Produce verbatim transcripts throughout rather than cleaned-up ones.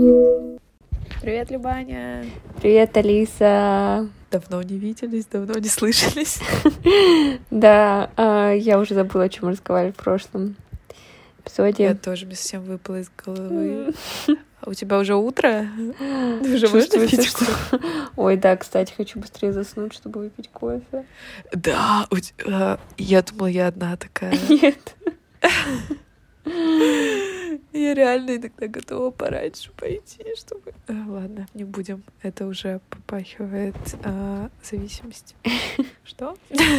Привет, Любаня. Привет, Алиса. Давно не виделись, давно не слышались. Да, я уже забыла, о чем мы разговаривали в прошлом эпизоде. Я тоже, мне совсем выпала из головы. А у тебя уже утро? Уже можно пить кофе? Ой, да, кстати, хочу быстрее заснуть, чтобы выпить кофе. Да, я думала, я одна такая. Нет. Я реально иногда готова пораньше пойти, чтобы... Ладно, не будем. Это уже попахивает а, зависимость. Что?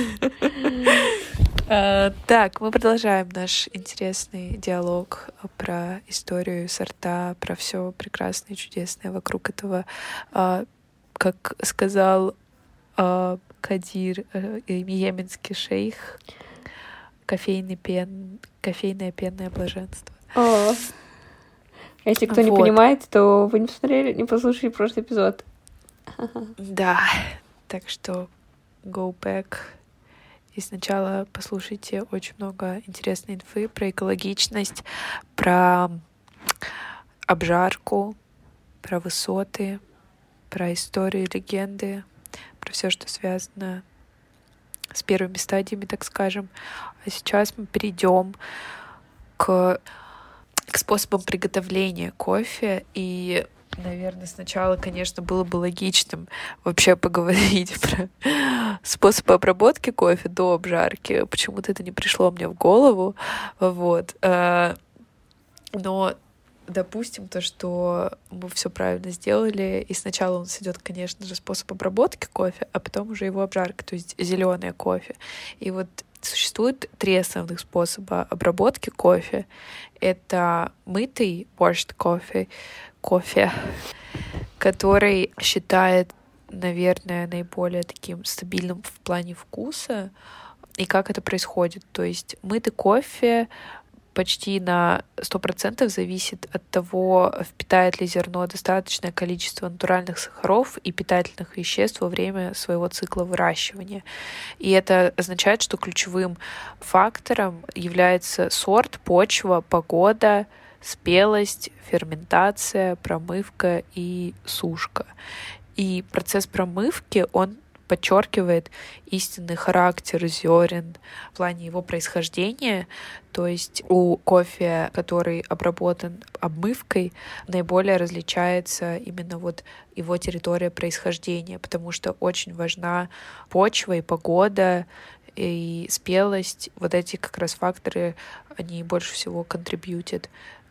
а, так, мы продолжаем наш интересный диалог про историю сорта, про все прекрасное и чудесное вокруг этого. А, как сказал а, Кадир, а, йеменский шейх, кофейный пен... кофейное пенное блаженство. О. Если кто вот. не понимает, то вы не посмотрели, не послушали прошлый эпизод. Да, так что go back. И сначала послушайте очень много интересной инфы про экологичность, про обжарку, про высоты, про историю, легенды, про все, что связано с первыми стадиями, так скажем. А сейчас мы перейдем к, к способам приготовления кофе. И, наверное, сначала, конечно, было бы логичным вообще поговорить про способы обработки кофе до обжарки. Почему-то это не пришло мне в голову. Вот. Но допустим, то, что мы все правильно сделали, и сначала у нас идет, конечно же, способ обработки кофе, а потом уже его обжарка, то есть зеленое кофе. И вот существует три основных способа обработки кофе. Это мытый washed coffee, кофе, который считает, наверное, наиболее таким стабильным в плане вкуса. И как это происходит? То есть мытый кофе почти на сто процентов зависит от того, впитает ли зерно достаточное количество натуральных сахаров и питательных веществ во время своего цикла выращивания. И это означает, что ключевым фактором является сорт, почва, погода, спелость, ферментация, промывка и сушка. И процесс промывки, он подчеркивает истинный характер зерен в плане его происхождения. То есть у кофе, который обработан обмывкой, наиболее различается именно вот его территория происхождения, потому что очень важна почва и погода, и спелость. Вот эти как раз факторы, они больше всего контрибьютят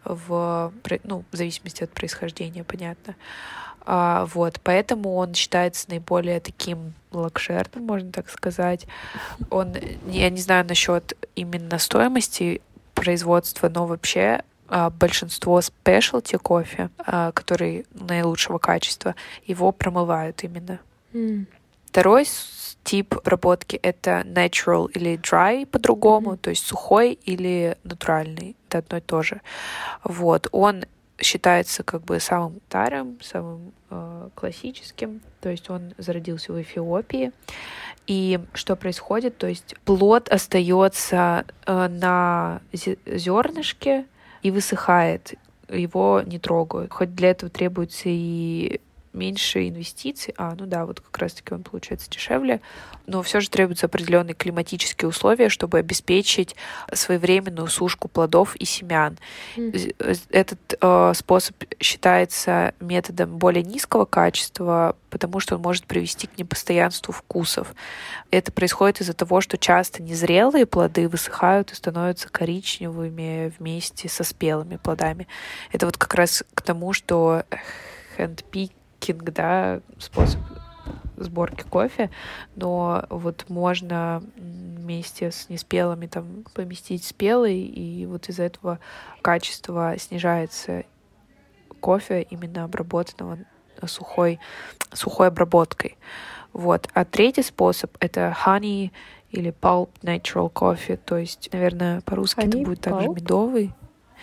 в, ну, в зависимости от происхождения, понятно. А, вот, поэтому он считается наиболее таким лакшерным, можно так сказать. Он, я не знаю насчет именно стоимости производства, но вообще а, большинство спешлти кофе, а, который наилучшего качества, его промывают именно. Mm. Второй тип обработки — это natural или dry по-другому, mm-hmm. то есть сухой или натуральный, это одно и то же. Вот, он считается как бы самым старым, самым э, классическим, то есть он зародился в Эфиопии. И что происходит? То есть плод остается э, на зернышке и высыхает, его не трогают. Хоть для этого требуется и меньше инвестиций, а, ну да, вот как раз-таки он получается дешевле, но все же требуются определенные климатические условия, чтобы обеспечить своевременную сушку плодов и семян. Mm. Этот э, способ считается методом более низкого качества, потому что он может привести к непостоянству вкусов. Это происходит из-за того, что часто незрелые плоды высыхают и становятся коричневыми вместе со спелыми плодами. Это вот как раз к тому, что handpick, да, способ сборки кофе, но вот можно вместе с неспелыми там поместить спелый, и вот из-за этого качество снижается кофе, именно обработанного сухой, сухой обработкой. Вот. А третий способ — это honey или pulp natural coffee, то есть, наверное, по-русски honey, это будет также медовый.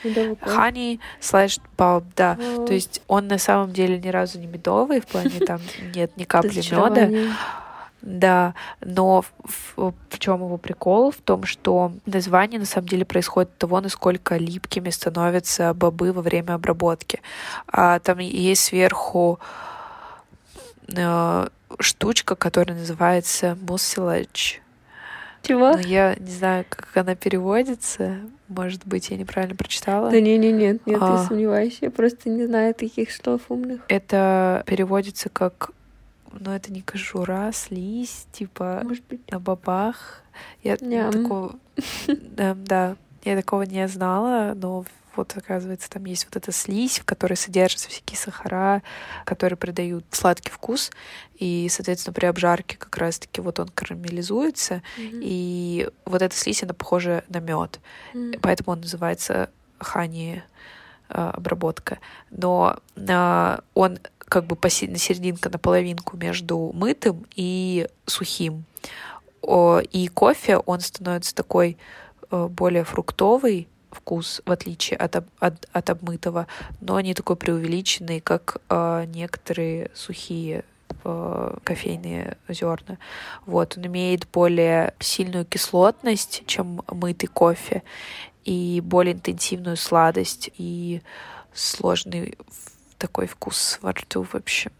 Honey slash pulp, да. Oh. То есть он на самом деле ни разу не медовый, в плане там нет ни капли меда. Да, но в, в, в чем его прикол? В том, что название на самом деле происходит от того, насколько липкими становятся бобы во время обработки. А там есть сверху э, штучка, которая называется mucilage. Чего? Но я не знаю, как она переводится. Может быть, я неправильно прочитала. Да не, не, нет, нет, А. я сомневаюсь. Я просто не знаю таких слов умных. Это переводится как, ну, это не кожура, слизь, типа Может быть. на бобах. Я Ням. такого, да, да, я такого не знала, но вот, оказывается, там есть вот эта слизь, в которой содержатся всякие сахара, которые придают сладкий вкус, и, соответственно, при обжарке как раз-таки вот он карамелизуется, Mm-hmm. и вот эта слизь, она похожа на мед, Mm-hmm. поэтому он называется хани обработка. Но а, он как бы поси- на серединка, на половинку между мытым и сухим. О, и кофе, он становится такой э, более фруктовый вкус, в отличие от, об- от, от обмытого, но не такой преувеличенный, как э, некоторые сухие э, кофейные зерна. Вот, он имеет более сильную кислотность, чем мытый кофе, и более интенсивную сладость, и сложный такой вкус во рту вообще.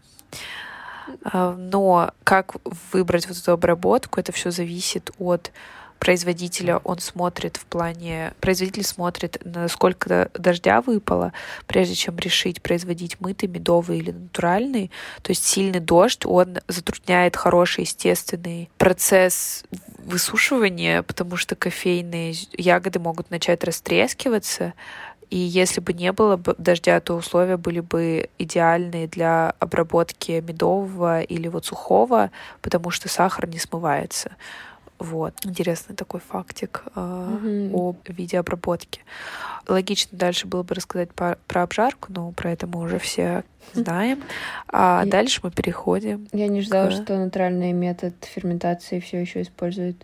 Но как выбрать вот эту обработку, это все зависит от производителя. Он смотрит в плане... Производитель смотрит, насколько дождя выпало, прежде чем решить, производить мытый, медовый или натуральный. То есть сильный дождь, он затрудняет хороший естественный процесс высушивания, потому что кофейные ягоды могут начать растрескиваться. И если бы не было дождя, то условия были бы идеальные для обработки медового или вот сухого, потому что сахар не смывается. Вот. Интересный такой фактик э, mm-hmm. о виде обработки. Логично дальше было бы рассказать про, про обжарку, но про это мы уже все знаем. А я, дальше мы переходим. Я не ждала, к... что натуральный метод ферментации все еще используют.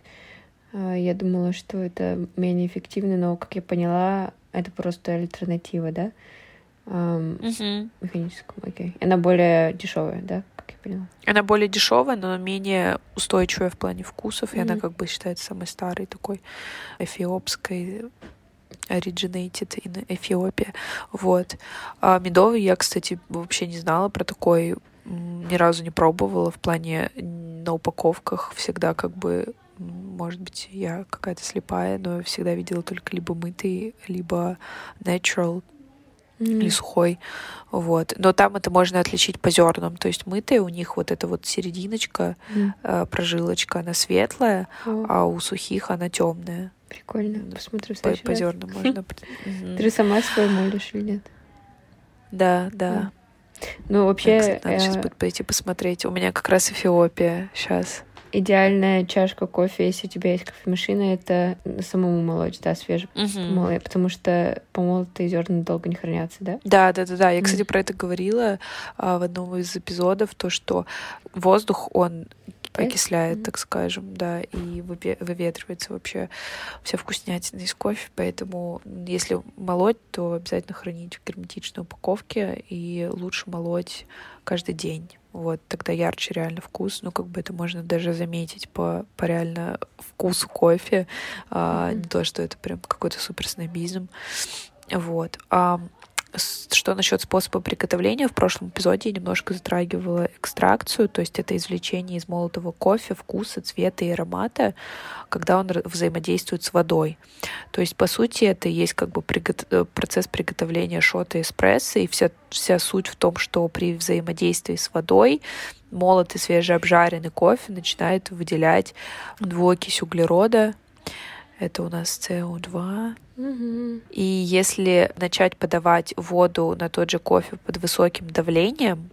Я думала, что это менее эффективно, но, как я поняла, это просто альтернатива, да? Um, uh-huh. Механическому, окей. Okay. Она более дешевая, да, как я поняла? Она более дешевая, но менее устойчивая в плане вкусов, mm-hmm. и она как бы считается самой старой такой эфиопской, originated in Ethiopia. Вот. А медовый я, кстати, вообще не знала про такой, ни разу не пробовала в плане на упаковках всегда как бы, может быть, я какая-то слепая, но всегда видела только либо мытый, либо natural, mm-hmm. или сухой. Вот. Но там это можно отличить по зернам. То есть мытые у них вот эта вот серединочка, mm-hmm. э, прожилочка, она светлая, oh. а у сухих она темная. Прикольно. Посмотрю в по, следующий по раз. зернам можно. Ты же сама свой молишь или нет? Да, да. Ну, вообще... Надо сейчас будет пойти посмотреть. У меня как раз Эфиопия сейчас. Идеальная чашка кофе, если у тебя есть кофемашина, это самому молоть, да, свежий, uh-huh. потому что помолотые зерна долго не хранятся, да? Да, да, да, да. Я, кстати, uh-huh. про это говорила а, в одном из эпизодов, то, что воздух, он окисляет, uh-huh. так скажем, да, и выветривается вообще вся вкуснятина из кофе, поэтому если молоть, то обязательно хранить в герметичной упаковке, и лучше молоть каждый день. Вот, тогда ярче реально вкус. Ну, как бы это можно даже заметить по, по реально вкусу кофе. Mm-hmm. А, не то, что это прям какой-то супер снобизм. Вот. А что насчет способа приготовления? В прошлом эпизоде я немножко затрагивала экстракцию, то есть это извлечение из молотого кофе вкуса, цвета и аромата, когда он взаимодействует с водой. То есть, по сути, это и есть как бы пригот... процесс приготовления шота эспрессо, и вся, вся суть в том, что при взаимодействии с водой молотый свежеобжаренный кофе начинает выделять двуокись углерода. Это у нас си о два. Mm-hmm. И если начать подавать воду на тот же кофе под высоким давлением,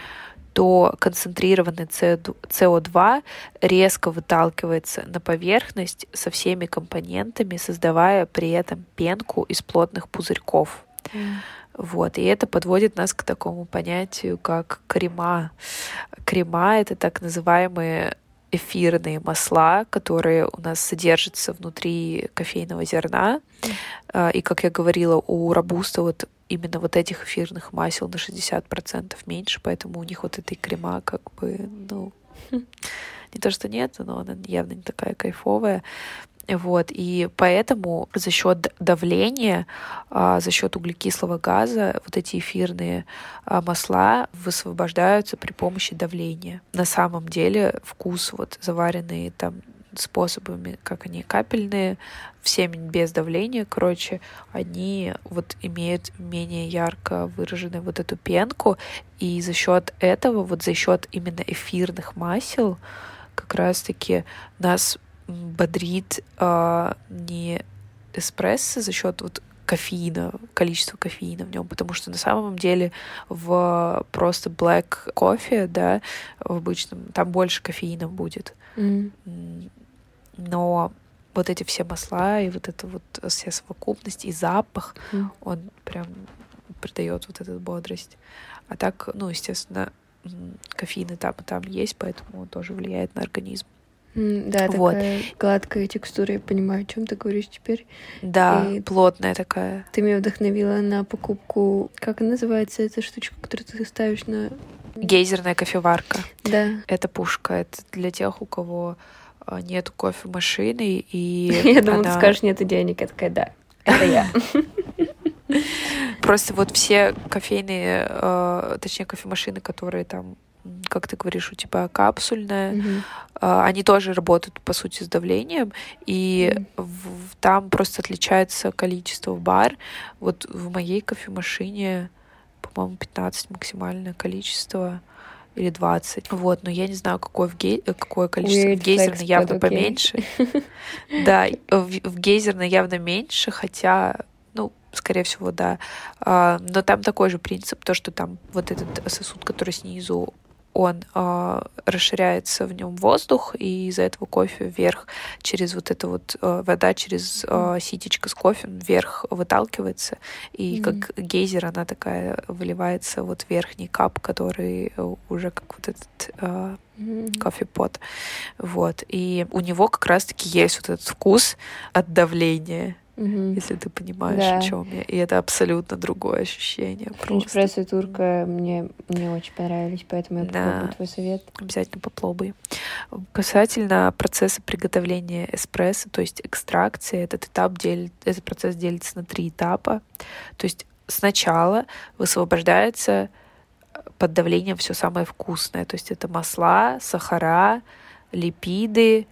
то концентрированный си о два резко выталкивается на поверхность со всеми компонентами, создавая при этом пенку из плотных пузырьков. Mm. Вот. И это подводит нас к такому понятию, как крема. Крема — это так называемые эфирные масла, которые у нас содержатся внутри кофейного зерна. Mm. И, как я говорила, у робуста вот именно вот этих эфирных масел на шестьдесят процентов меньше, поэтому у них вот этой крема как бы, ну, Не то, что нет, но она явно не такая кайфовая. Вот, и поэтому за счет давления, за счет углекислого газа вот эти эфирные масла высвобождаются при помощи давления. На самом деле вкус вот заваренные там способами, как они капельные, в семень без давления, короче, они вот имеют менее ярко выраженную вот эту пенку, и за счет этого, вот за счет именно эфирных масел, как раз-таки нас бодрит э, не эспрессо за счет вот кофеина, количества кофеина в нем, потому что на самом деле в просто black кофе, да, в обычном, там больше кофеина будет. Mm. Но вот эти все масла и вот эта вот вся совокупность и запах, mm. он прям придает вот эту бодрость. А так, ну, естественно, кофеины там и там есть, поэтому он тоже влияет на организм. Mm, да, вот. Такая гладкая текстура, я понимаю, о чем ты говоришь теперь. Да, и плотная такая. Ты меня вдохновила на покупку, как называется эта штучка, которую ты ставишь на... Гейзерная кофеварка. Да. Это пушка, это для тех, у кого нет кофемашины, и я думала, она... ты скажешь, нет денег, я такая, да, это я. Просто вот все кофейные, точнее, кофемашины, которые там, как ты говоришь, у тебя капсульная, mm-hmm. они тоже работают, по сути, с давлением, и mm-hmm. в, там просто отличается количество в бар. Вот в моей кофемашине, по-моему, пятнадцать максимальное количество, или двадцать. Вот, но я не знаю, какое, в гей... какое количество. Weird в гейзерной явно okay. поменьше. Да, в, в гейзерной явно меньше, хотя... Ну, скорее всего, да. Но там такой же принцип, то, что там вот этот сосуд, который снизу, он э, расширяется, в нем воздух, и из-за этого кофе вверх через вот это вот э, вода через э, ситечко с кофе вверх выталкивается, и mm-hmm. как гейзер она такая выливается вот верхний кап, который уже как вот этот э, mm-hmm. кофе-пот. Вот. И у него как раз-таки есть вот этот вкус от давления. Mm-hmm. Если ты понимаешь, да. о чем я. И это абсолютно другое ощущение. Френч-пресс и турка мне, мне очень понравились, поэтому я да. попробую твой совет. Обязательно попробуй. Касательно процесса приготовления эспрессо, то есть экстракции, этот этап делит, этот процесс делится на три этапа. То есть сначала высвобождается под давлением все самое вкусное. То есть это масла, сахара, липиды,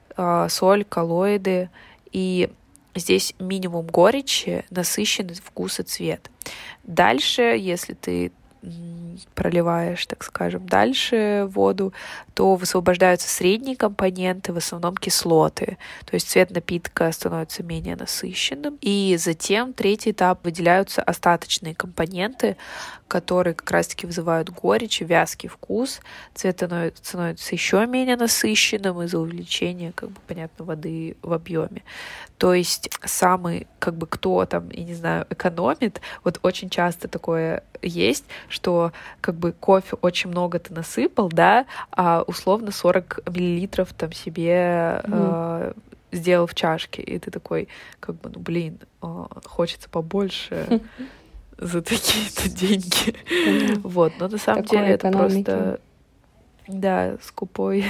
соль, коллоиды. И здесь минимум горечи, насыщенный вкус и цвет. Дальше, если ты проливаешь, так скажем, дальше воду, то высвобождаются средние компоненты, в основном кислоты. То есть цвет напитка становится менее насыщенным. И затем третий этап выделяются остаточные компоненты, которые как раз-таки вызывают горечь и вязкий вкус. Цвет становится еще менее насыщенным из-за увеличения, как бы, понятно, воды в объеме. То есть самый, как бы, кто там, я не знаю, экономит, вот очень часто такое есть, что как бы кофе очень много ты насыпал, да, а условно сорок миллилитров там себе mm-hmm. э, сделал в чашке, и ты такой, как бы, ну блин, э, хочется побольше за такие-то деньги. Mm-hmm. Вот, но на самом Такой деле экономики. Это просто, да, скупой,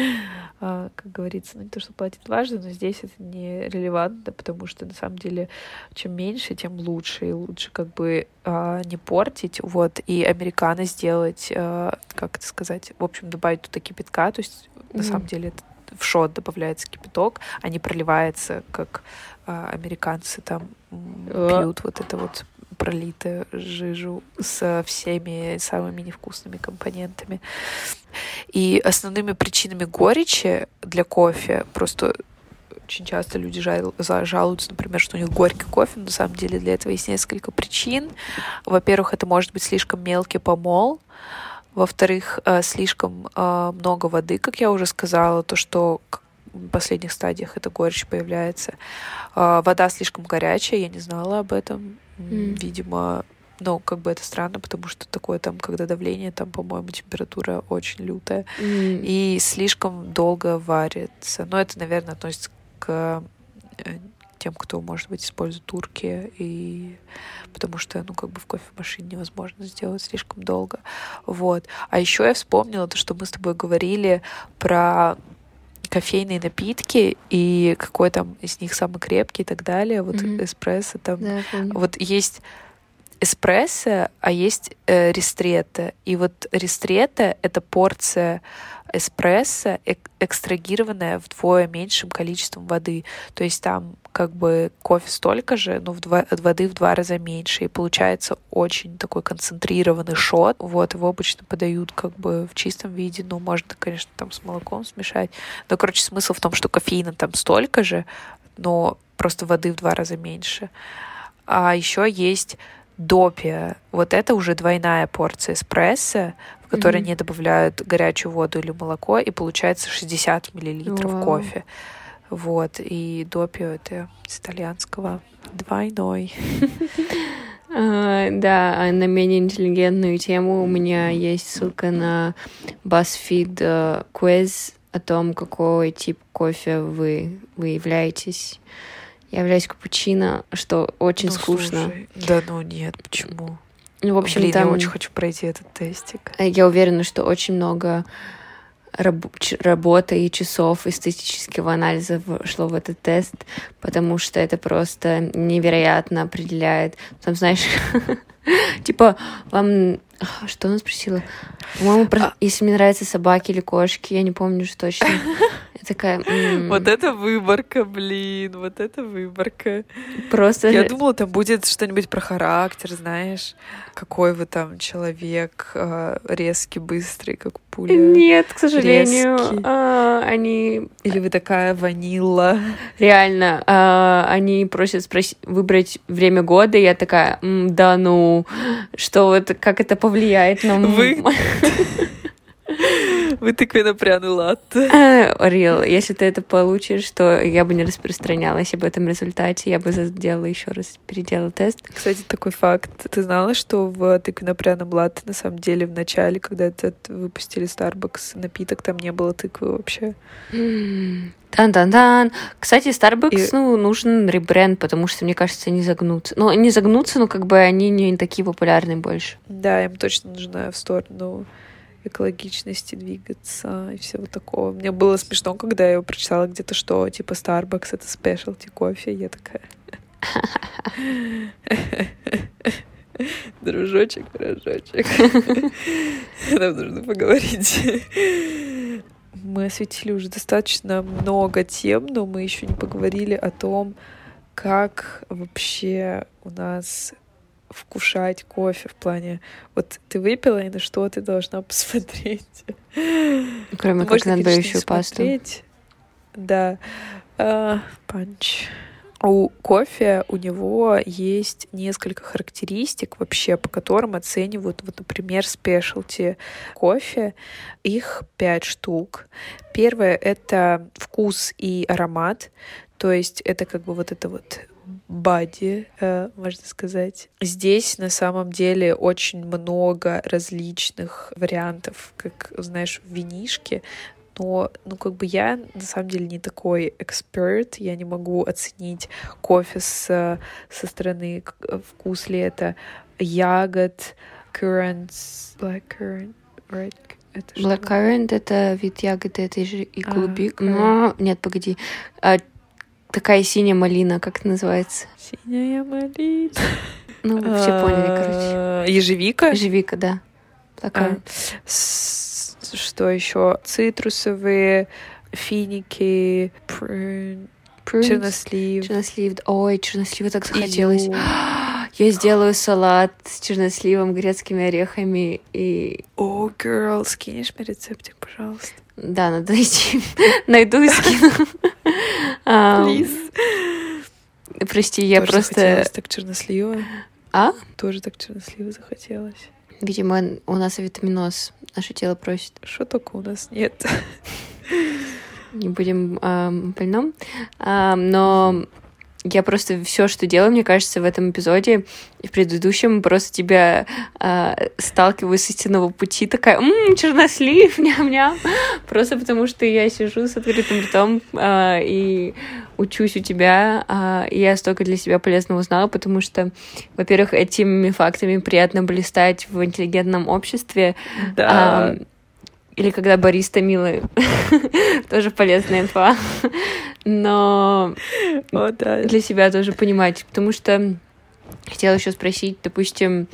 как говорится, ну не то, что платит важно, но здесь это не релевантно, потому что на самом деле чем меньше, тем лучше, и лучше как бы не портить, вот, и американо сделать, как это сказать, в общем, добавить туда кипятка, то есть mm-hmm. на самом деле это в шот добавляется кипяток, а не проливается, как американцы там oh. пьют вот это вот пролитую жижу со всеми самыми невкусными компонентами. И основными причинами горечи для кофе, просто очень часто люди жал, жалуются, например, что у них горький кофе, но на самом деле для этого есть несколько причин. Во-первых, это может быть слишком мелкий помол. Во-вторых, слишком много воды, как я уже сказала, то, что в последних стадиях эта горечь появляется. Вода слишком горячая, я не знала об этом. Mm. Видимо, ну, как бы это странно, потому что такое там, когда давление, там, по-моему, температура очень лютая. Mm. И слишком долго варится. Но это, наверное, относится к тем, кто, может быть, использует турки, и потому что, ну, как бы в кофемашине невозможно сделать слишком долго. Вот. А еще я вспомнила то, что мы с тобой говорили про кофейные напитки и какой там из них самый крепкий и так далее. Вот mm-hmm. эспрессо там. Да, вот есть эспрессо, а есть э, ристретто. И вот ристретто — это порция эспрессо, эк- экстрагированная вдвое меньшим количеством воды. То есть там как бы кофе столько же, но в два, воды в два раза меньше. И получается очень такой концентрированный шот. Вот, его обычно подают как бы в чистом виде. Ну, можно, конечно, там с молоком смешать. Но, короче, смысл в том, что кофеина там столько же, но просто воды в два раза меньше. А еще есть допио. Вот это уже двойная порция эспрессо, в которой mm-hmm. не добавляют горячую воду или молоко, и получается шестьдесят миллилитров wow. кофе. Вот. И допио — это с итальянского двойной. Да, на менее интеллигентную тему у меня есть ссылка на BuzzFeed quiz о том, какой тип кофе вы, вы являетесь. Я являюсь капучино, что очень ну, скучно. Слушай, да ну нет, почему? Ну, в общем, Блин, там... я очень хочу пройти этот тестик. Я уверена, что очень много раб- работы и часов эстетического анализа шло в этот тест, потому что это просто невероятно определяет. Там, знаешь, типа, вам... Что она спросила? По-моему, про... если мне нравятся собаки или кошки, я не помню уж точно. Я такая... М-м. Вот это выборка, блин, вот это выборка. Просто... Я думала, там будет что-нибудь про характер, знаешь, какой вы там человек, резкий, быстрый, как пуля. Нет, к сожалению, а, они... Или вы такая ванилла. Реально, а, они просят спросить, выбрать время года, и я такая, м, да ну, что это, как это повлияет на... Вы... Вы тыквенно-пряный латте. Рил, если ты это получишь, то я бы не распространялась об этом результате, я бы сделала еще раз, переделала тест. Кстати, такой факт. Ты знала, что в тыквенно-пряном латте на самом деле в начале, когда этот выпустили Starbucks напиток, там не было тыквы вообще? Дан-дан-дан. Кстати, Starbucks, и... ну, нужен ребренд, потому что, мне кажется, они загнутся. Ну, не загнутся, но как бы они не такие популярные больше. Да, им точно нужно в сторону экологичности двигаться и всего такого. Мне было смешно, когда я прочитала где-то, что типа Starbucks — это спешлти кофе. Я такая... Дружочек, дружочек. Нам нужно поговорить. Мы осветили уже достаточно много тем, но мы еще не поговорили о том, как вообще у нас вкушать кофе в плане... Вот ты выпила, и на что ты должна посмотреть? Кроме как на отбоющую пасту. Да. Панч. У кофе, у него есть несколько характеристик вообще, по которым оценивают, вот, например, спешлти кофе. Их пять штук. Первое — это вкус и аромат. То есть это как бы вот это вот body, можно сказать. Здесь на самом деле очень много различных вариантов, как, знаешь, в винишке. Но, ну, как бы я, на самом деле, не такой эксперт, я не могу оценить кофе с, со стороны, вкус ли это ягод, currants, black currant, right? Это blackcurrant — это вид ягоды, это же и клубик. А, нет, погоди. А, такая синяя малина, как это называется? Синяя малина. Ну, все поняли, короче. Ежевика? Ежевика, да. Blackcurrant. Что еще? Цитрусовые, финики, прун, чернослив. Чернослив. Ой, чернослива так захотелось. Я сделаю салат с черносливом, грецкими орехами и... О, oh, girl, скинешь мне рецептик, пожалуйста? Да, надо найти. Найду и скину. Please. Прости, я Тоже просто... захотелось так чернослива. А? Тоже так чернослива захотелось. Видимо, у нас витаминоз. Наше тело просит. Что только у нас нет. Не будем э, больном. Э, но я просто все, что делаю, мне кажется, в этом эпизоде и в предыдущем, просто тебя э, сталкиваю с истинного пути, такая, ммм, чернослив, ням-ням. Просто потому что я сижу с открытым ртом э, и учусь у тебя, а, и я столько для себя полезного узнала, потому что, во-первых, этими фактами приятно блистать в интеллигентном обществе. Да. А, или когда бариста милый. Тоже полезная инфа. Но О, да. для себя тоже понимать, потому что хотела еще спросить, допустим,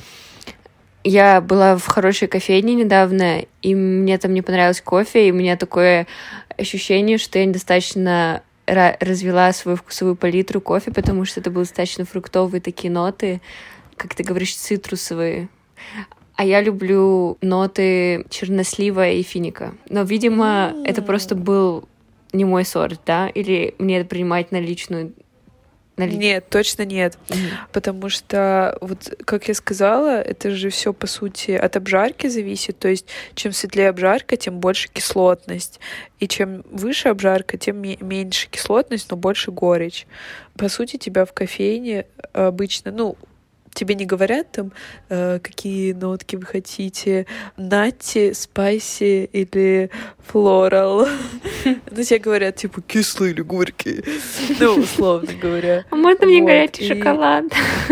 я была в хорошей кофейне недавно, и мне там не понравился кофе, и у меня такое ощущение, что я недостаточно ra- развела свою вкусовую палитру кофе, потому что это были достаточно фруктовые такие ноты, как ты говоришь, цитрусовые. А я люблю ноты чернослива и финика. Но, видимо, mm. это просто был не мой сорт, да? Или мне это принимать на личную... На ли... Нет, точно нет. Mm. Потому что, вот как я сказала, это же все по сути от обжарки зависит. То есть, чем светлее обжарка, тем больше кислотность. И чем выше обжарка, тем ме- меньше кислотность, но больше горечь. По сути, тебя в кофейне обычно, ну, тебе не говорят там, э, какие нотки вы хотите, натти, спайси или флорал. Ну, тебе говорят, типа, кислые или горькие. Ну, условно говоря. А можно мне горячий шоколад?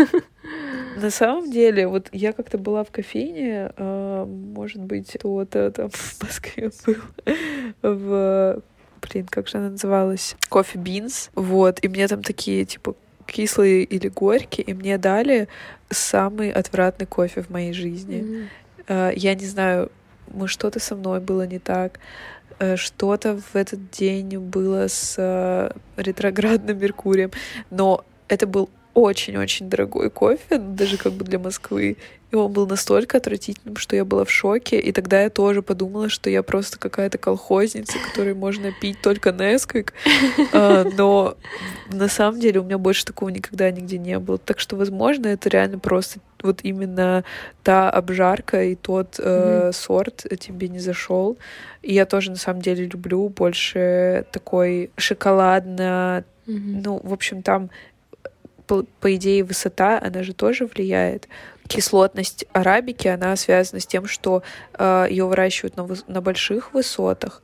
На самом деле, вот я как-то была в кофейне, может быть, кто-то там в Москве был, в... Блин, как же она называлась? Coffee Beans. Вот, и мне там такие, типа, кислые или горькие, и мне дали самый отвратный кофе в моей жизни. Mm-hmm. Uh, я не знаю, мы что-то со мной было не так, uh, что-то в этот день было с uh, ретроградным Меркурием, но это был очень-очень дорогой кофе, даже как бы для Москвы. И он был настолько отвратительным, что я была в шоке. И тогда я тоже подумала, что я просто какая-то колхозница, которой можно пить только Несквик. Uh, но на самом деле у меня больше такого никогда нигде не было. Так что, возможно, это реально просто вот именно та обжарка и тот uh, mm-hmm. сорт тебе не зашел. И я тоже на самом деле люблю больше такой шоколадно... Mm-hmm. Ну, в общем, там По, по идее, высота, она же тоже влияет. Кислотность арабики, она связана с тем, что э, ее выращивают на, выс- на больших высотах.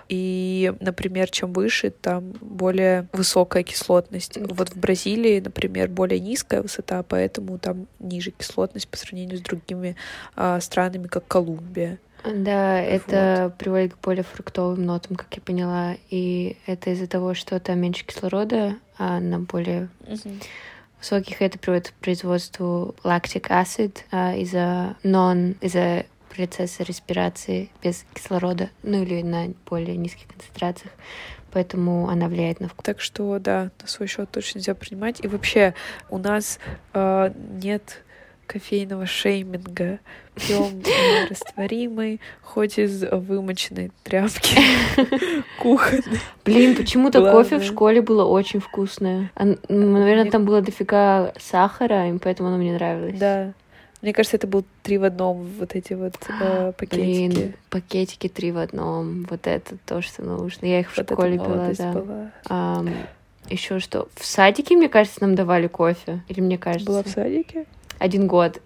И, например, чем выше, там более высокая кислотность. Mm-hmm. Вот в Бразилии, например, более низкая высота, поэтому там ниже кислотность по сравнению с другими э, странами, как Колумбия. Да, это вот. Приводит к более фруктовым нотам, как я поняла. И это из-за того, что там меньше кислорода, а на более... Mm-hmm. высоких это приводит к производству lactic acid а, из-за non, из-за процесса респирации без кислорода, ну или на более низких концентрациях, поэтому она влияет на вкус. Так что да, на свой счет точно нельзя принимать. И вообще у нас э, нет кофейного шейминга. Пьем растворимый, хоть из вымоченной тряпки кухонной. Блин, почему-то кофе в школе было очень вкусное. Наверное, там было дофига сахара, и поэтому оно мне нравилось. Да. Мне кажется, это был три в одном, вот эти вот э, пакетики. Блин, пакетики три в одном. Вот это то, что нужно. Я их в вот школе пила, да. А, еще что? В садике, мне кажется, нам давали кофе. Или мне кажется? Была в садике? Один год.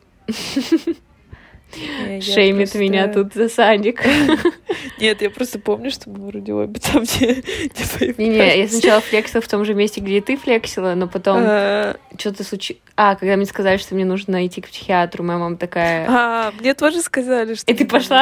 Не, шеймит просто... меня тут за садик. Нет, я просто помню, что мы вроде обе там не, не появлялись. Не-не, я сначала флексила в том же месте, где и ты флексила, но потом а... что-то случилось. А, когда мне сказали, что мне нужно идти к психиатру, моя мама такая... А, мне тоже сказали, что... И ты пошла?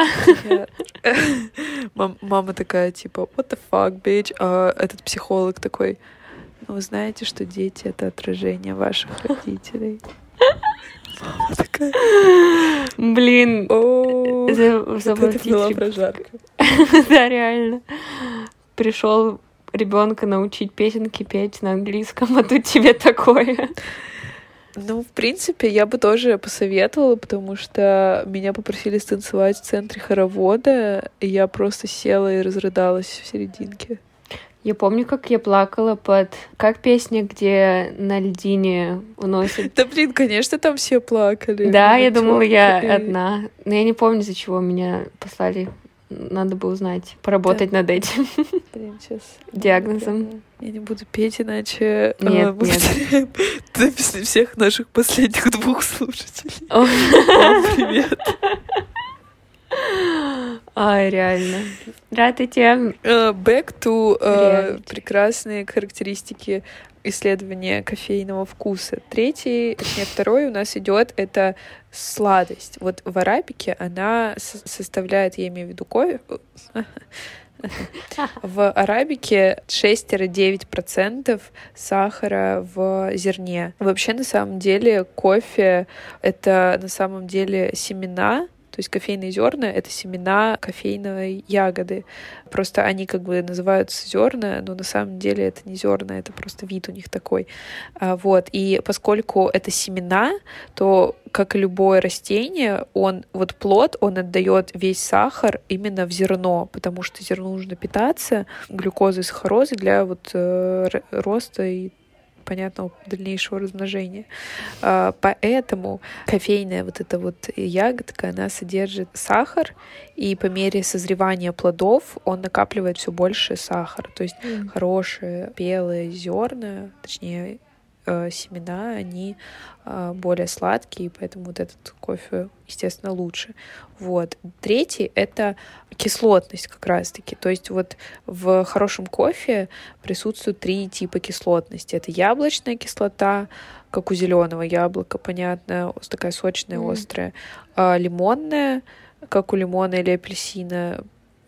Мама такая, типа, what the fuck, bitch? А этот психолог такой, ну, вы знаете, что дети — это отражение ваших родителей. Мама такая... Блин, О, это была прожарка. Да, реально. Пришел ребенка научить песенки петь на английском, а тут тебе такое. Ну, в принципе, я бы тоже посоветовала, потому что меня попросили станцевать в центре хоровода, и я просто села и разрыдалась в серединке. Я помню, как я плакала под... Как песня, где на льдине уносят... Да, блин, конечно, там все плакали. Да, я думала, я одна. Но я не помню, за чего меня послали. Надо бы узнать, поработать над этим. Блин, сейчас... Диагнозом. Я не буду петь, иначе... Нет, мы нет. потеряем записи всех наших последних двух слушателей. О. Привет. Ай, реально. Рада тем. Uh, back to uh, прекрасные характеристики исследования кофейного вкуса. Третий, точнее второй у нас идет это сладость. Вот в арабике она составляет, я имею в виду кофе, в арабике шесть-девять процентов сахара в зерне. Вообще, на самом деле, кофе — это на самом деле семена, то есть кофейные зерна — это семена кофейной ягоды. Просто они как бы называются зерна, но на самом деле это не зерна, это просто вид у них такой. А, вот. И поскольку это семена, то, как и любое растение, он, вот плод, он отдает весь сахар именно в зерно, потому что зерну нужно питаться глюкозой и сахарозой для вот э, роста и понятного дальнейшего размножения. Поэтому кофейная вот эта вот ягодка, она содержит сахар, и по мере созревания плодов он накапливает все больше сахара. То есть mm. хорошие белые зерна, точнее семена, они более сладкие, поэтому вот этот кофе, естественно, лучше. Вот. Третий — это кислотность как раз-таки. То есть вот в хорошем кофе присутствуют три типа кислотности. Это яблочная кислота, как у зеленого яблока, понятно, такая сочная, mm. острая. А лимонная, как у лимона или апельсина.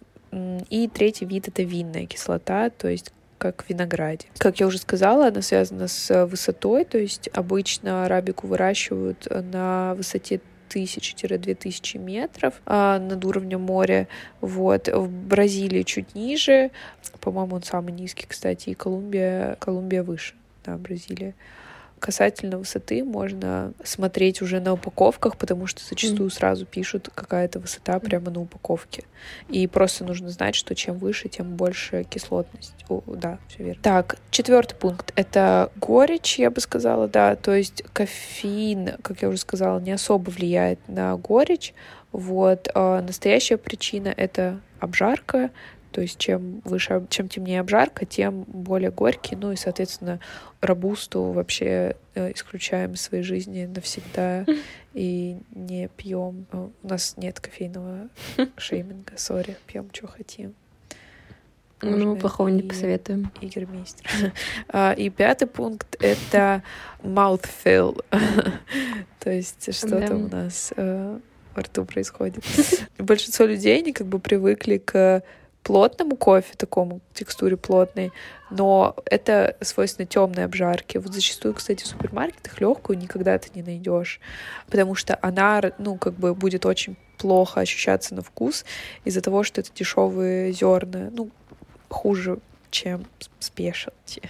И третий вид — это винная кислота, то есть как в винограде. Как я уже сказала, она связана с высотой, то есть обычно арабику выращивают на высоте тысяча-две тысячи метров а, над уровнем моря. Вот. В Бразилии чуть ниже. По-моему, он самый низкий, кстати, и Колумбия, Колумбия выше, да, Бразилия. Касательно высоты можно смотреть уже на упаковках, потому что зачастую сразу пишут какая-то высота прямо на упаковке. И просто нужно знать, что чем выше, тем больше кислотность. О, да, все верно. Так, четвертый пункт — это горечь, я бы сказала, да. То есть кофеин, как я уже сказала, не особо влияет на горечь. Вот. А настоящая причина — это обжарка. То есть чем выше, чем темнее обжарка, тем более горький. Ну и, соответственно, робусту вообще исключаем из своей жизни навсегда и не пьем. У нас нет кофейного шейминга, сори, пьем, что хотим. Ну, плохого не посоветуем. Игермейстер. И пятый пункт — это mouthfeel. То есть что-то у нас во рту происходит. Большинство людей, они как бы привыкли к плотному кофе, такому текстуре плотной, но это свойственно темной обжарке. Вот зачастую, кстати, в супермаркетах легкую никогда ты не найдешь, потому что она, ну, как бы будет очень плохо ощущаться на вкус из-за того, что это дешевые зерна, ну, хуже, чем спешалти.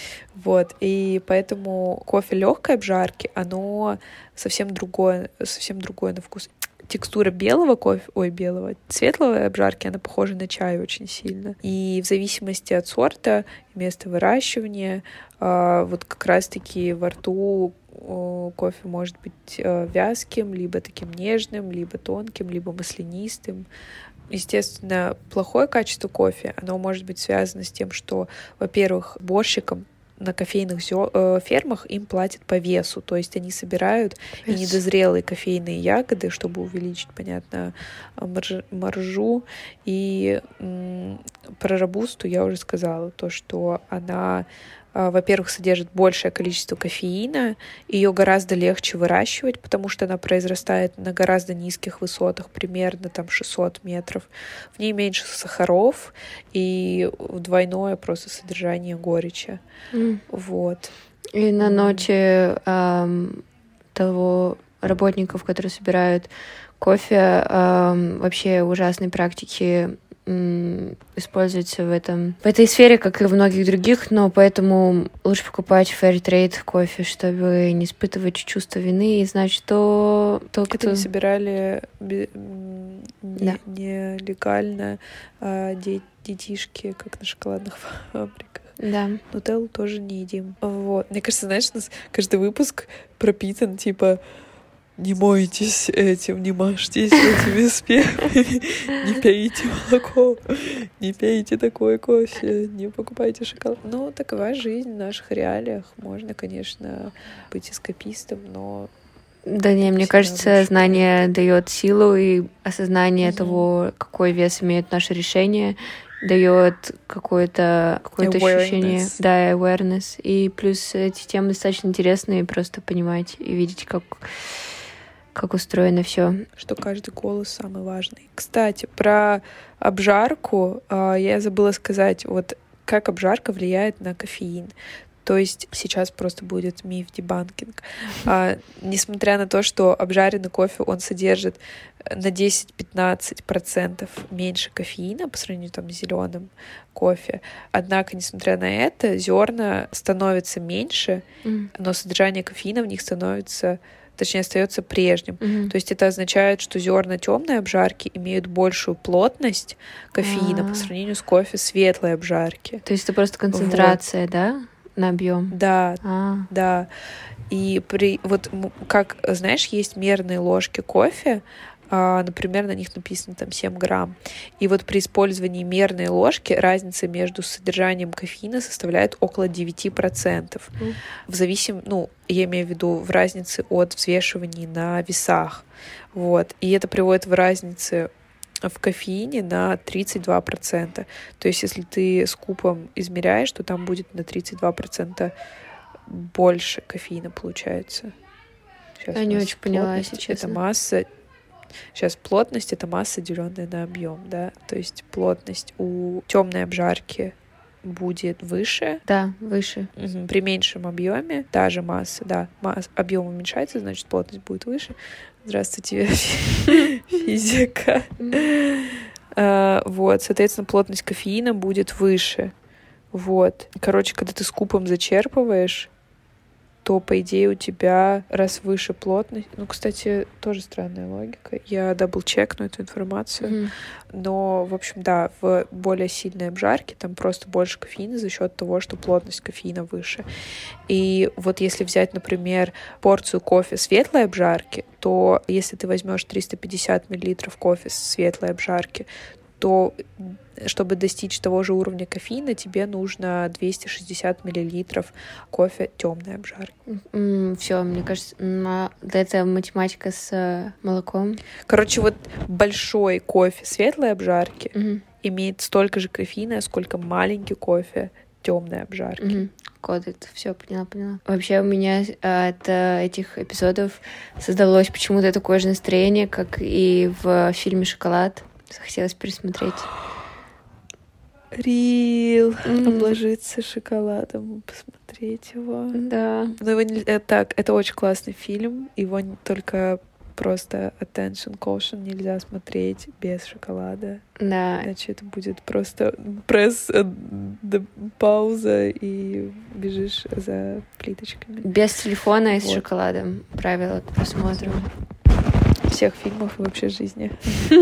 Вот. И поэтому кофе легкой обжарки, оно совсем другое, совсем другое на вкус. Текстура белого кофе, ой, белого, светлого обжарки, она похожа на чай очень сильно. И в зависимости от сорта, места выращивания, вот как раз-таки во рту кофе может быть вязким, либо таким нежным, либо тонким, либо маслянистым. Естественно, плохое качество кофе, оно может быть связано с тем, что, во-первых, сборщикам на кофейных фермах им платят по весу, то есть они собирают и недозрелые кофейные ягоды, чтобы увеличить, понятно, марж, маржу. И м, про робусту я уже сказала, то, что она, во-первых, содержит большее количество кофеина, ее гораздо легче выращивать, потому что она произрастает на гораздо низких высотах, примерно там шестьсот метров. В ней меньше сахаров и двойное просто содержание горечи. Mm. Вот. И на ночи эм, того работников, которые собирают кофе, эм, вообще ужасные практики используется в этом в этой сфере, как и в многих других, но поэтому лучше покупать fair-trade кофе, чтобы не испытывать чувство вины и знать, что то, кто... Это не собирали не, да. нелегально а, детишки, как на шоколадных фабриках. Да. Нутеллу тоже не едим. Вот. Мне кажется, знаешь, у нас каждый выпуск пропитан, типа, не мойтесь этим, не мажьтесь этими спевами, не пейте молоко, не пейте такой кофе, не покупайте шоколад. Ну, такова жизнь в наших реалиях. Можно, конечно, быть эскапистом, но Да не, мне всегда кажется, больше знание дает. дает силу, и осознание Мгм. того, какой вес имеют наши решения, дает какое-то какое-то ощущение, Awareness. да, awareness. И плюс эти темы достаточно интересные, просто понимать и видеть, как, как устроено все. Что каждый голос самый важный. Кстати, про обжарку а, я забыла сказать, вот как обжарка влияет на кофеин. То есть сейчас просто будет миф-дебанкинг. А, несмотря на то, что обжаренный кофе, он содержит на десять-пятнадцать процентов меньше кофеина по сравнению там, с зеленым кофе. Однако, несмотря на это, зерна становятся меньше, Mm. но содержание кофеина в них становится, точнее, остается прежним. Mm-hmm. То есть это означает, что зерна темной обжарки имеют большую плотность кофеина А. по сравнению с кофе светлой обжарки. То есть это просто концентрация, Вот. да, на объем? Да, А. да. И при вот м- как, знаешь, есть мерные ложки кофе, а, например, на них написано там семь грамм. И вот при использовании мерной ложки разница между содержанием кофеина составляет около девять процентов. Mm. В зависим, ну, я имею в виду в разнице от взвешиваний на весах. Вот. И это приводит в разнице в кофеине на тридцать два процента. То есть если ты с купом измеряешь, то там будет на тридцать два процента больше кофеина получается. Сейчас Я не очень поняла, если честно. Это масса. Сейчас плотность — это масса, деленная на объем, да. То есть плотность у темной обжарки будет выше. Да, выше. Угу. При меньшем объеме та же масса, да, масс, объем уменьшается, значит плотность будет выше. Здравствуйте, физика. Вот, соответственно, плотность кофеина будет выше. Вот. Короче, когда ты скупом зачерпываешь, то, по идее, у тебя раз выше плотность... Ну, кстати, тоже странная логика. Я дабл-чекну эту информацию. Mm-hmm. Но, в общем, да, в более сильной обжарке там просто больше кофеина за счет того, что плотность кофеина выше. И вот если взять, например, порцию кофе светлой обжарки, то если ты возьмешь триста пятьдесят миллилитров кофе светлой обжарки, то чтобы достичь того же уровня кофеина, тебе нужно двести шестьдесят миллилитров кофе темной обжарки. Mm, все, мне кажется, это математика с молоком. Короче, вот большой кофе светлой обжарки Mm-hmm. имеет столько же кофеина, сколько маленький кофе темной обжарки. Mm-hmm. Код, это все поняла, поняла. Вообще у меня от этих эпизодов создалось почему-то такое же настроение, как и в фильме «Шоколад». Захотелось пересмотреть. Рил. Mm-hmm. Обложиться шоколадом, посмотреть его. Да. Но его не... Так, это очень классный фильм. Его не только просто attention caution нельзя смотреть без шоколада. Да. Иначе это будет просто пресс, пауза и бежишь за плиточками. Без телефона и с вот. Шоколадом. Правила к просмотру. Всех фильмов и вообще жизни.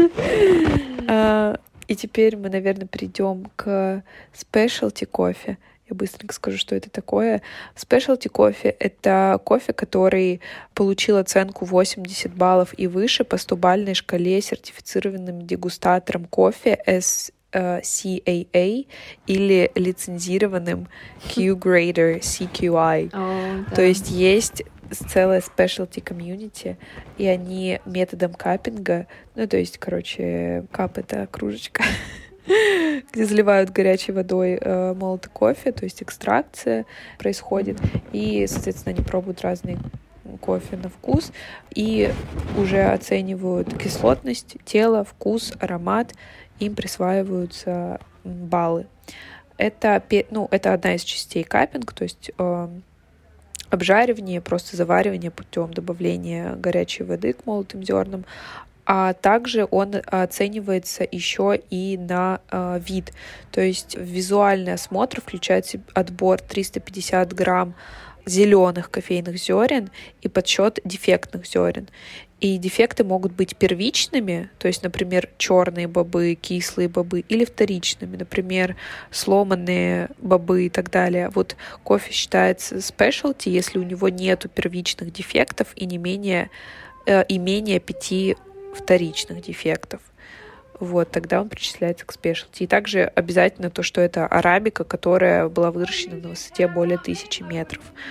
И теперь мы, наверное, перейдем к спешлти кофе. Я быстренько скажу, что это такое. Спешлти кофе — это кофе, который получил оценку восемьдесят баллов и выше по сто-бальной шкале сертифицированным дегустатором кофе эс си эй эй или лицензированным Q-Grader си кью ай. Oh, да. То есть есть целая specialty community, и они методом каппинга, ну, то есть, короче, кап — это кружечка, где заливают горячей водой э, молотый кофе, то есть экстракция происходит, и, соответственно, они пробуют разные кофе на вкус и уже оценивают кислотность тела, вкус, аромат, им присваиваются баллы. Это, ну, это одна из частей каппинг, то есть э, обжаривание, просто заваривание путем добавления горячей воды к молотым зернам, а также он оценивается еще и на э, вид. То есть визуальный осмотр включает в себя отбор триста пятьдесят грамм зеленых кофейных зерен и подсчет дефектных зерен. И дефекты могут быть первичными, то есть, например, черные бобы, кислые бобы, или вторичными, например, сломанные бобы и так далее. Вот кофе считается specialty, если у него нету первичных дефектов и не менее, э, и менее пяти вторичных дефектов. Вот, тогда он причисляется к спешлти. И также обязательно то, что это арабика, которая была выращена на высоте более тысячи метров.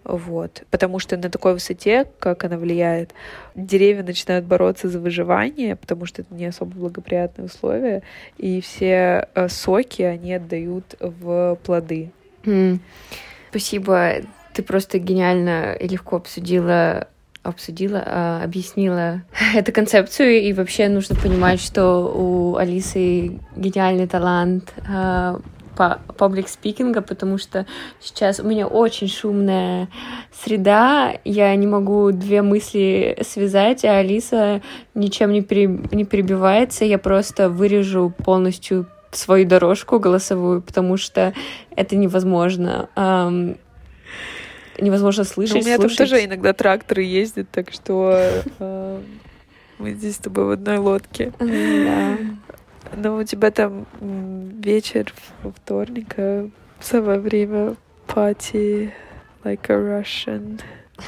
Вот. Потому что на такой высоте, как она влияет, деревья начинают бороться за выживание, потому что это не особо благоприятные условия, и все э, соки они отдают в плоды. Mm. Спасибо. Ты просто гениально и легко обсудила обсудила, а, объяснила эту концепцию, и вообще нужно понимать, что у Алисы гениальный талант а, по паблик-спикинга, потому что сейчас у меня очень шумная среда, я не могу две мысли связать, а Алиса ничем не, пере... не перебивается, я просто вырежу полностью свою дорожку голосовую, потому что это невозможно. Um, невозможно слышать, ну, у меня слушать. там тоже иногда тракторы ездят, так что э, мы здесь с тобой в одной лодке. Да. Но у тебя там вечер вторника, самое время party like a Russian.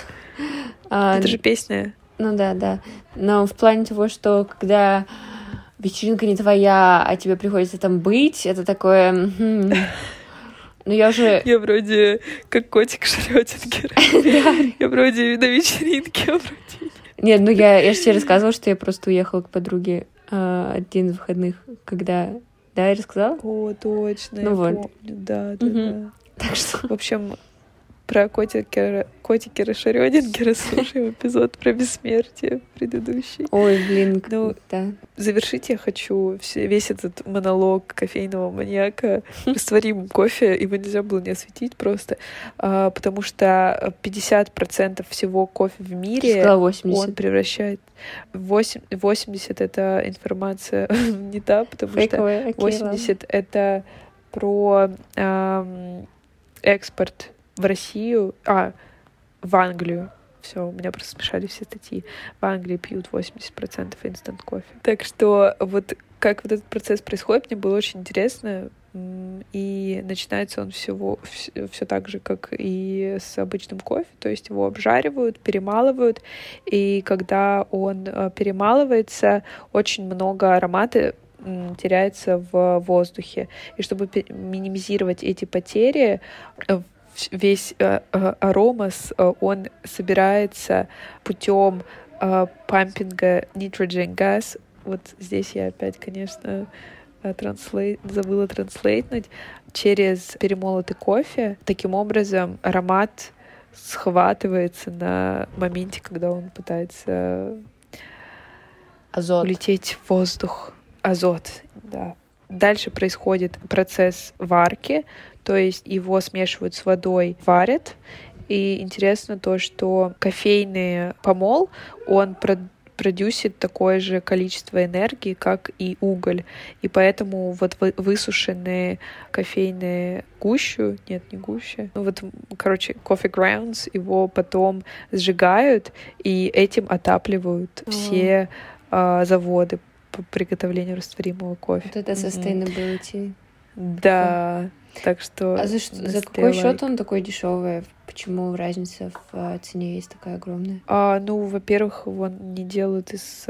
А, это же песня. Ну да, да. Но в плане того, что когда вечеринка не твоя, а тебе приходится там быть, это такое... Ну, я уже... Я вроде как котик Шрёдингера. Я вроде на вечеринке, а вроде... Нет, ну я, я же тебе рассказывала, что я просто уехала к подруге э, один из выходных, когда... Да, я рассказала? О, точно, ну, я вот. помню. Да, да, угу. да. Так что... В общем, про котикера, котикера Шрёдингера слушаем эпизод про бессмертие предыдущий. Ой, блин, ну, да. Завершить я хочу все, весь этот монолог кофейного маньяка растворимым кофе, его нельзя было не осветить просто, а, потому что пятьдесят процентов всего кофе в мире он превращает... восемьдесят это информация не та, потому Фейковая, что восемьдесят это про эм, экспорт в Россию, а, в Англию. Все, у меня просто смешали все статьи. В Англии пьют восемьдесят процентов инстант кофе. Так что вот как вот этот процесс происходит, мне было очень интересно. И начинается он всего, все, все так же, как и с обычным кофе. То есть его обжаривают, перемалывают. И когда он перемалывается, очень много аромата теряется в воздухе. И чтобы минимизировать эти потери, весь э, э, аромас, э, он собирается путем э, пампинга nitrogen gas. Вот здесь я опять, конечно, транслейт, забыла транслейтнуть. Через перемолотый кофе. Таким образом, аромат схватывается на моменте, когда он пытается Азот. улететь в воздух. Азот, да. Дальше происходит процесс варки, то есть его смешивают с водой, варят. И интересно то, что кофейный помол, он продюсит такое же количество энергии, как и уголь. И поэтому вот высушенные кофейные гущу, нет, не гуща, ну вот, короче, coffee grounds, его потом сжигают и этим отапливают oh. все а, заводы по приготовлению растворимого кофе. Вот это sustainability. Да, так что... А за, что, за какой счет он такой дешевый? Почему разница в цене есть такая огромная? А, ну, во-первых, его не делают из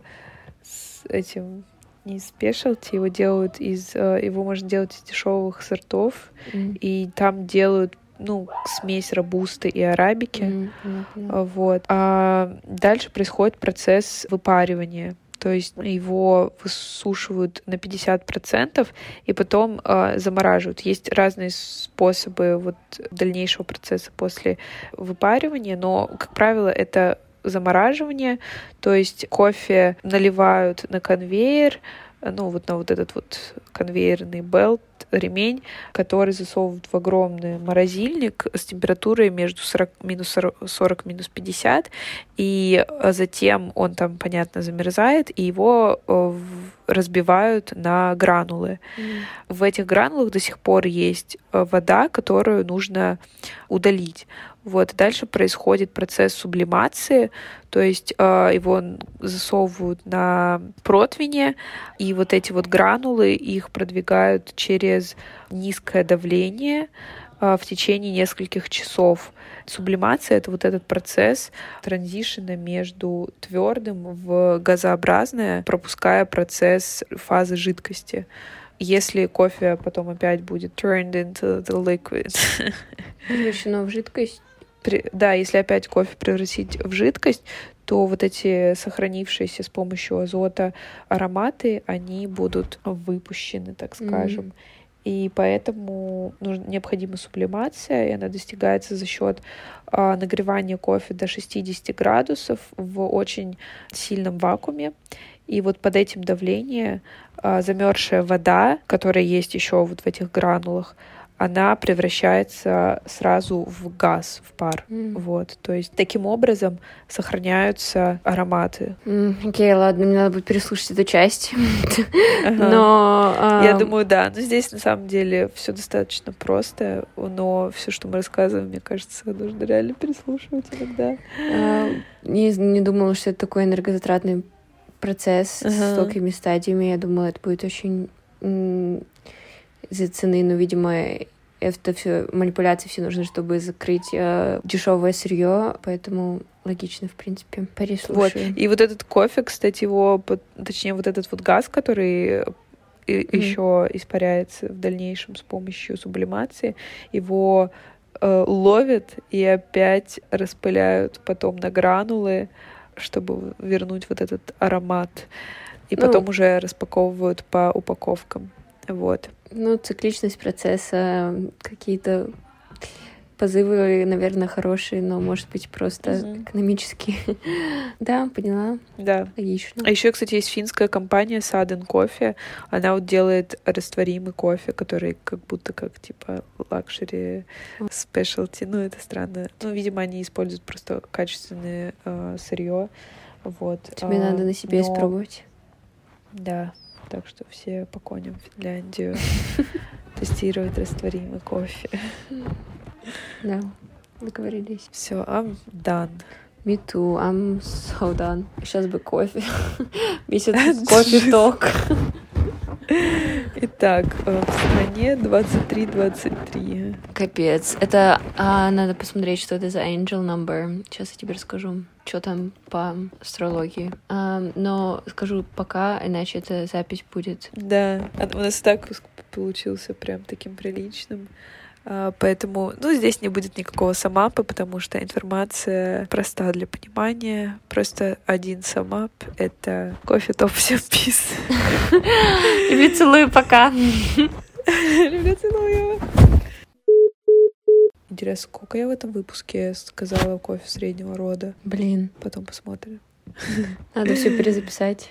с этим не из спешалти, его делают из его можно делать из дешевых сортов, mm. и там делают ну, смесь робусты и арабики. Mm, mm-hmm. Вот. А дальше происходит процесс выпаривания. То есть его высушивают на пятьдесят процентов и потом э, замораживают. Есть разные способы вот, дальнейшего процесса после выпаривания, но, как правило, это замораживание. То есть кофе наливают на конвейер, ну вот на вот этот вот конвейерный белт, ремень, который засовывают в огромный морозильник с температурой между сорок, минус сорок, минус пятьдесят, и затем он там, понятно, замерзает, и его разбивают на гранулы. Mm. В этих гранулах до сих пор есть вода, которую нужно удалить. Вот. Дальше происходит процесс сублимации, то есть э, его засовывают на противне, и вот эти вот гранулы, их продвигают через низкое давление э, в течение нескольких часов. Сублимация — это вот этот процесс транзишена между твердым в газообразное, пропуская процесс фазы жидкости. Если кофе потом опять будет turned into the liquid. Превращено в жидкость? при, да, если опять кофе превратить в жидкость, то вот эти сохранившиеся с помощью азота ароматы, они будут выпущены, так скажем. Mm. И поэтому нужно, необходима сублимация, и она достигается за счет а, нагревания кофе до шестидесяти градусов в очень сильном вакууме. И вот под этим давлением а, замерзшая вода, которая есть еще вот в этих гранулах, она превращается сразу в газ, в пар. Mm. Вот. То есть таким образом сохраняются ароматы. Окей, mm, okay, ладно, мне надо будет переслушать эту часть. Ага. Но а... я думаю, да. Но здесь на самом деле все достаточно просто, но все, что мы рассказываем, мне кажется, нужно реально переслушивать иногда. Uh, не, не думала, что это такой энергозатратный процесс ага. с столькими стадиями. Я думала, это будет очень м- из-за цены, но, видимо, это все манипуляции все нужны, чтобы закрыть э, дешевое сырье, поэтому логично, в принципе. Переслушаю. Вот. И вот этот кофе, кстати, его, точнее, вот этот вот газ, который mm. еще испаряется в дальнейшем с помощью сублимации, его э, ловят и опять распыляют потом на гранулы, чтобы вернуть вот этот аромат. И ну, потом уже распаковывают по упаковкам. Вот. Ну, цикличность процесса, какие-то позывы, наверное, хорошие, но, может быть, просто mm-hmm. экономические. Да, поняла. Да. Логично. А еще, кстати, есть финская компания Sudden Coffee. Она вот делает растворимый кофе, который как будто как, типа, лакшери спешлти. Ну, это странно. Ну, видимо, они используют просто качественное э, сырье. Вот. Тебе а, надо на себе но... испробовать. Да. Так что все поконим в Финляндию тестировать растворимый кофе. Да, договорились. Все, I'm done. Me too, I'm so done. Сейчас бы кофе. Месяц кофе-ток. Итак, в стране двадцать три двадцать три. Капец. Это а, надо посмотреть, что это за angel number. Сейчас я тебе расскажу, что там по астрологии. А, но скажу пока, иначе эта запись будет. Да, у нас так получился прям таким приличным. Uh, поэтому, ну, здесь не будет никакого самапа, потому что информация проста для понимания. Просто один самап — это кофе топ всем пис. Люблю, целую, пока. Люблю, целую. Интересно, сколько я в этом выпуске сказала кофе среднего рода? Блин. Потом посмотрим. Надо все перезаписать.